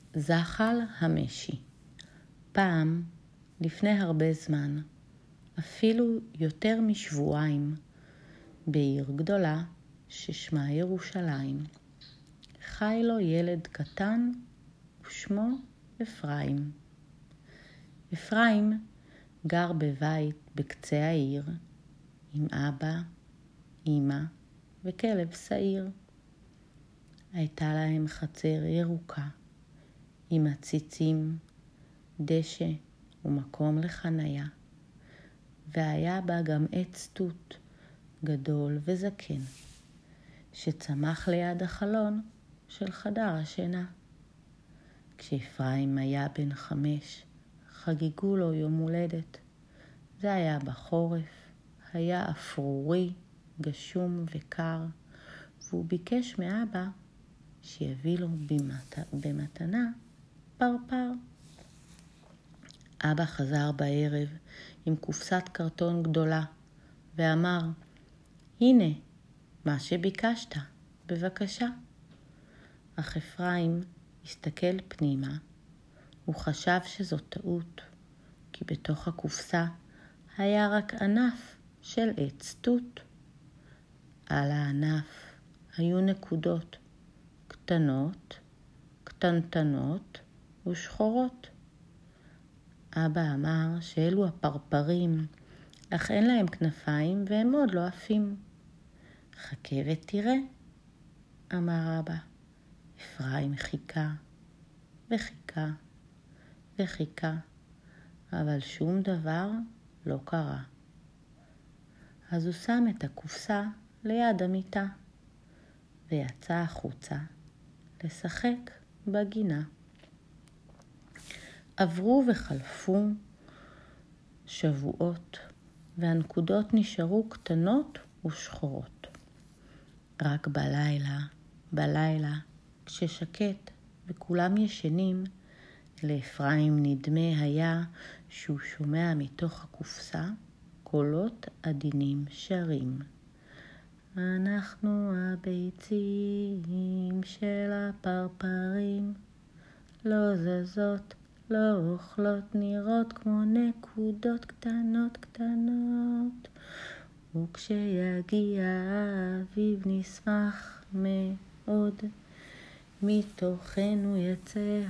זחל המשי. פעם, לפני הרבה זמן, אפילו יותר משבועיים, בעיר גדולה ששמה ירושלים, חי לו ילד קטן ושמו אפרים. אפרים גר בבית בקצה העיר עם אבא, אמא וכלב שעיר. הייתה להם חצר ירוקה עם עציצים, דשא ומקום לחניה, והיה בה גם עץ תות גדול וזקן שצמח ליד החלון של חדר השינה. כשאפרים היה בן 5, חגיגו לו יום הולדת. זה היה בחורף, היה אפרורי, גשום וקר, והוא ביקש מאבא שיביא לו במתנה פרפר. אבא חזר בערב עם קופסת קרטון גדולה ואמר, הנה, מה שביקשת, בבקשה. אך אפרים הסתכל פנימה, הוא חשב שזאת טעות, כי בתוך הקופסה היה רק ענף של עץ תות. על הענף היו נקודות קטנות, קטנטנות ושחורות. אבא אמר שאלו הפרפרים, אך אין להם כנפיים והם עוד לא עפים. חכה ותראה, אמר אבא. אפרים חיכה וחיכה וחיכה, אבל שום דבר לא קרה. אז הוא שם את הקופסה ליד המיטה ויצא החוצה לשחק בגינה. עברו וחלפו שבועות, והנקודות נשארו קטנות ושחורות. רק בלילה, כששקט וכולם ישנים, לאפרים נדמה היה שהוא שומע מתוך הקופסה קולות עדינים שרים. אנחנו הביצים של הפרפרים, לא זזות, לא אוכלות, נראות כמו נקודות קטנות קטנות. וכשיגיע האביב נשמח מאוד, מתוכנו יצא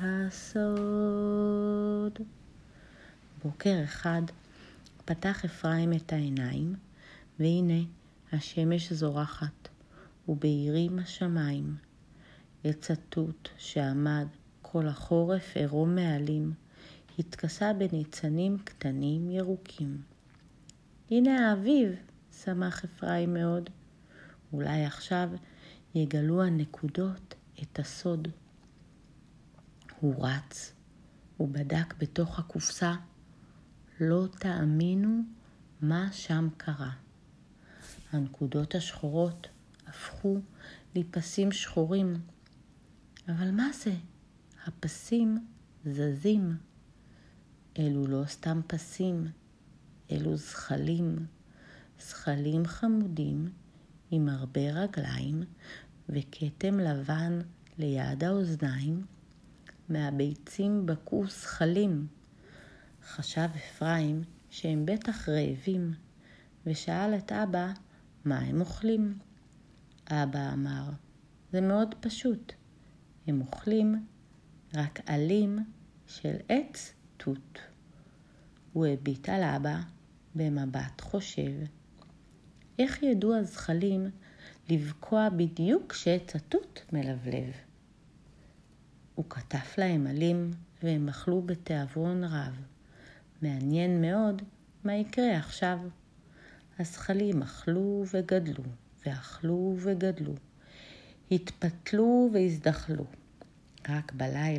הסוד. בוקר אחד פתח אפרים את העיניים, והנה השמש זורחת ובהירים השמיים. עץ התות שעמד כל החורף עירום מעלים, התכסה בניצנים קטנים ירוקים. הנה האביב, שמח אפרים מאוד. אולי עכשיו יגלו הנקודות את הסוד. הוא רץ, הוא בדק בתוך הקופסה. לא תאמינו מה שם קרה. הנקודות השחורות הפכו לפסים שחורים. אבל מה זה? הפסים זזים. אלו לא סתם פסים, אלו זחלים. זחלים חמודים עם הרבה רגליים וכתם לבן ליד האוזניים. מהביצים בקעו זחלים. חשב אפרים שהם בטח רעבים, ושאל את אבא מה הם אוכלים. אבא אמר, זה מאוד פשוט. הם אוכלים רק עלים של עץ תות. הוא הביט על אבא במבט חושב. איך ידעו הזחלים לבקוע בדיוק כשעץ התות מלבלב? הוא כתף להם עלים והם אכלו בתיאבון רב. מעניין מאוד מה יקרה עכשיו. הזחלים אכלו וגדלו, ואכלו וגדלו. התפתלו והזדחלו. רק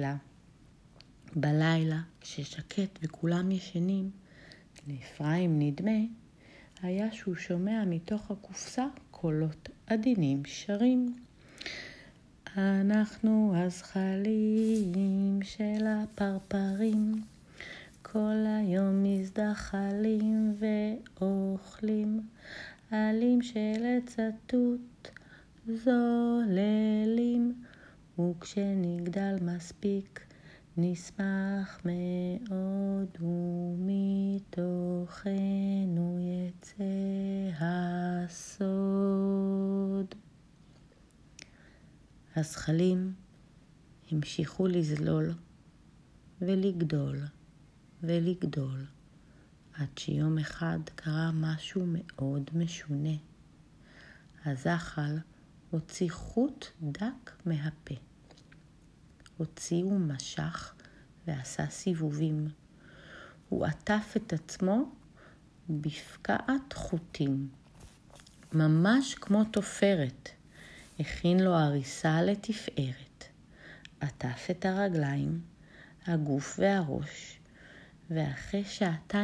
בלילה, כששקט וכולם ישנים, לאפרים נדמה היה שהוא שומע מתוך הקופסה קולות עדינים שרים. אנחנו הזחלים של הפרפרים, כל היום מזדחלים ואוכלים, עלים של עץ התות זוללים, וכשנגדל מספיק נשמח מאוד ומתוכנו יצא הסוד. הזחלים המשיכו לזלול ולגדול ולגדול, עד שיום אחד קרה משהו מאוד משונה. הזחל הוציא חוט דק מהפה. הוציא ומשך ועשה סיבובים. הוא עטף את עצמו בפקעת חוטים, ממש כמו תופרת. הכין לו עריסה לתפארת. עטף את הרגליים, הגוף והראש, ואחרי 2-3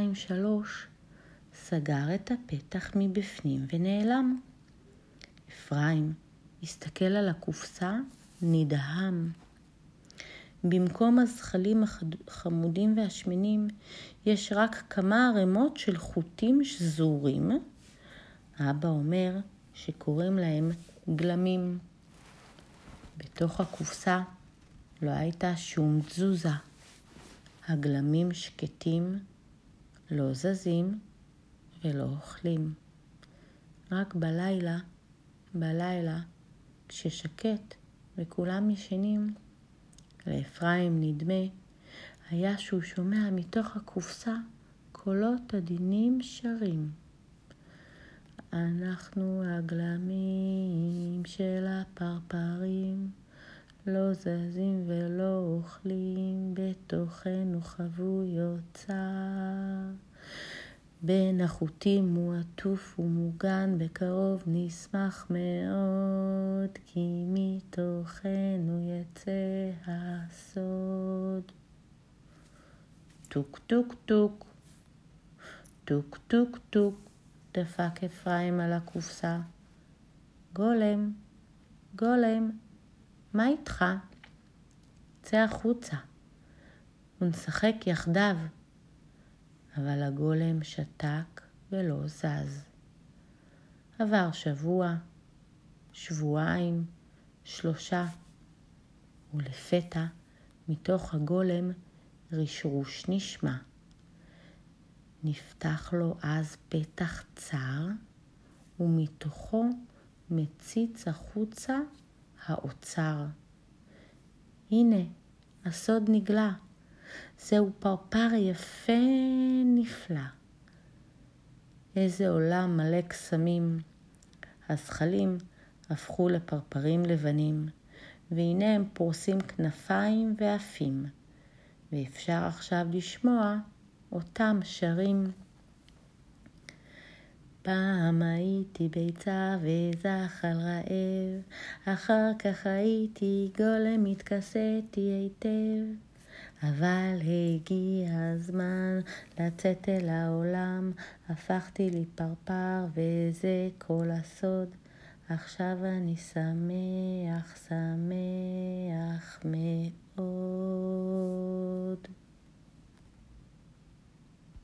סגר את הפתח מבפנים ונעלם. אפרים הסתכל על הקופסה נדהם. במקום הזחלים החמודים והשמנים יש רק כמה ערימות של חוטים שזורים. אבא אומר שקוראים להם גלמים. בתוך הקופסה לא הייתה שום תזוזה. הגלמים שקטים, לא זזים ולא אוכלים. רק בלילה, כששקט וכולם ישנים, לאפרים נדמה היה שהוא שומע מתוך הקופסה קולות עדינים שרים. אנחנו הגלמים של הפרפרים, לא זזים ולא אוכלים, בתוכנו חבויות צער. בין החוטים הוא עטוף ומוגן, בקרוב נשמח מאוד, כי מתוכנו יצא הסוד. טוק טוק טוק, טוק טוק טוק, דפק אפרים על הקופסה. גולם, גולם, מה איתך? צא החוצה ונשחק יחדיו. אבל הגולם שתק ולא זז. עבר שבוע, שבועיים, 3, ולפתע מתוך הגולם רשרוש נשמע. נפתח לו אז פתח צר, ומתוכו מציץ החוצה האוצר. הנה, הסוד נגלה. זהו פרפר יפה נפלא. איזה עולם מלא קסמים. הזחלים הפכו לפרפרים לבנים, והנה הם פורסים כנפיים ועפים, ואפשר עכשיו לשמוע אותם שרים. פעם הייתי ביצה וזחל רעב, אחר כך הייתי גולם התכסיתי היטב. אבל הגיע הזמן לצאת אל העולם, הפכתי לי פרפר וזה כל הסוד. עכשיו אני שמח מאוד.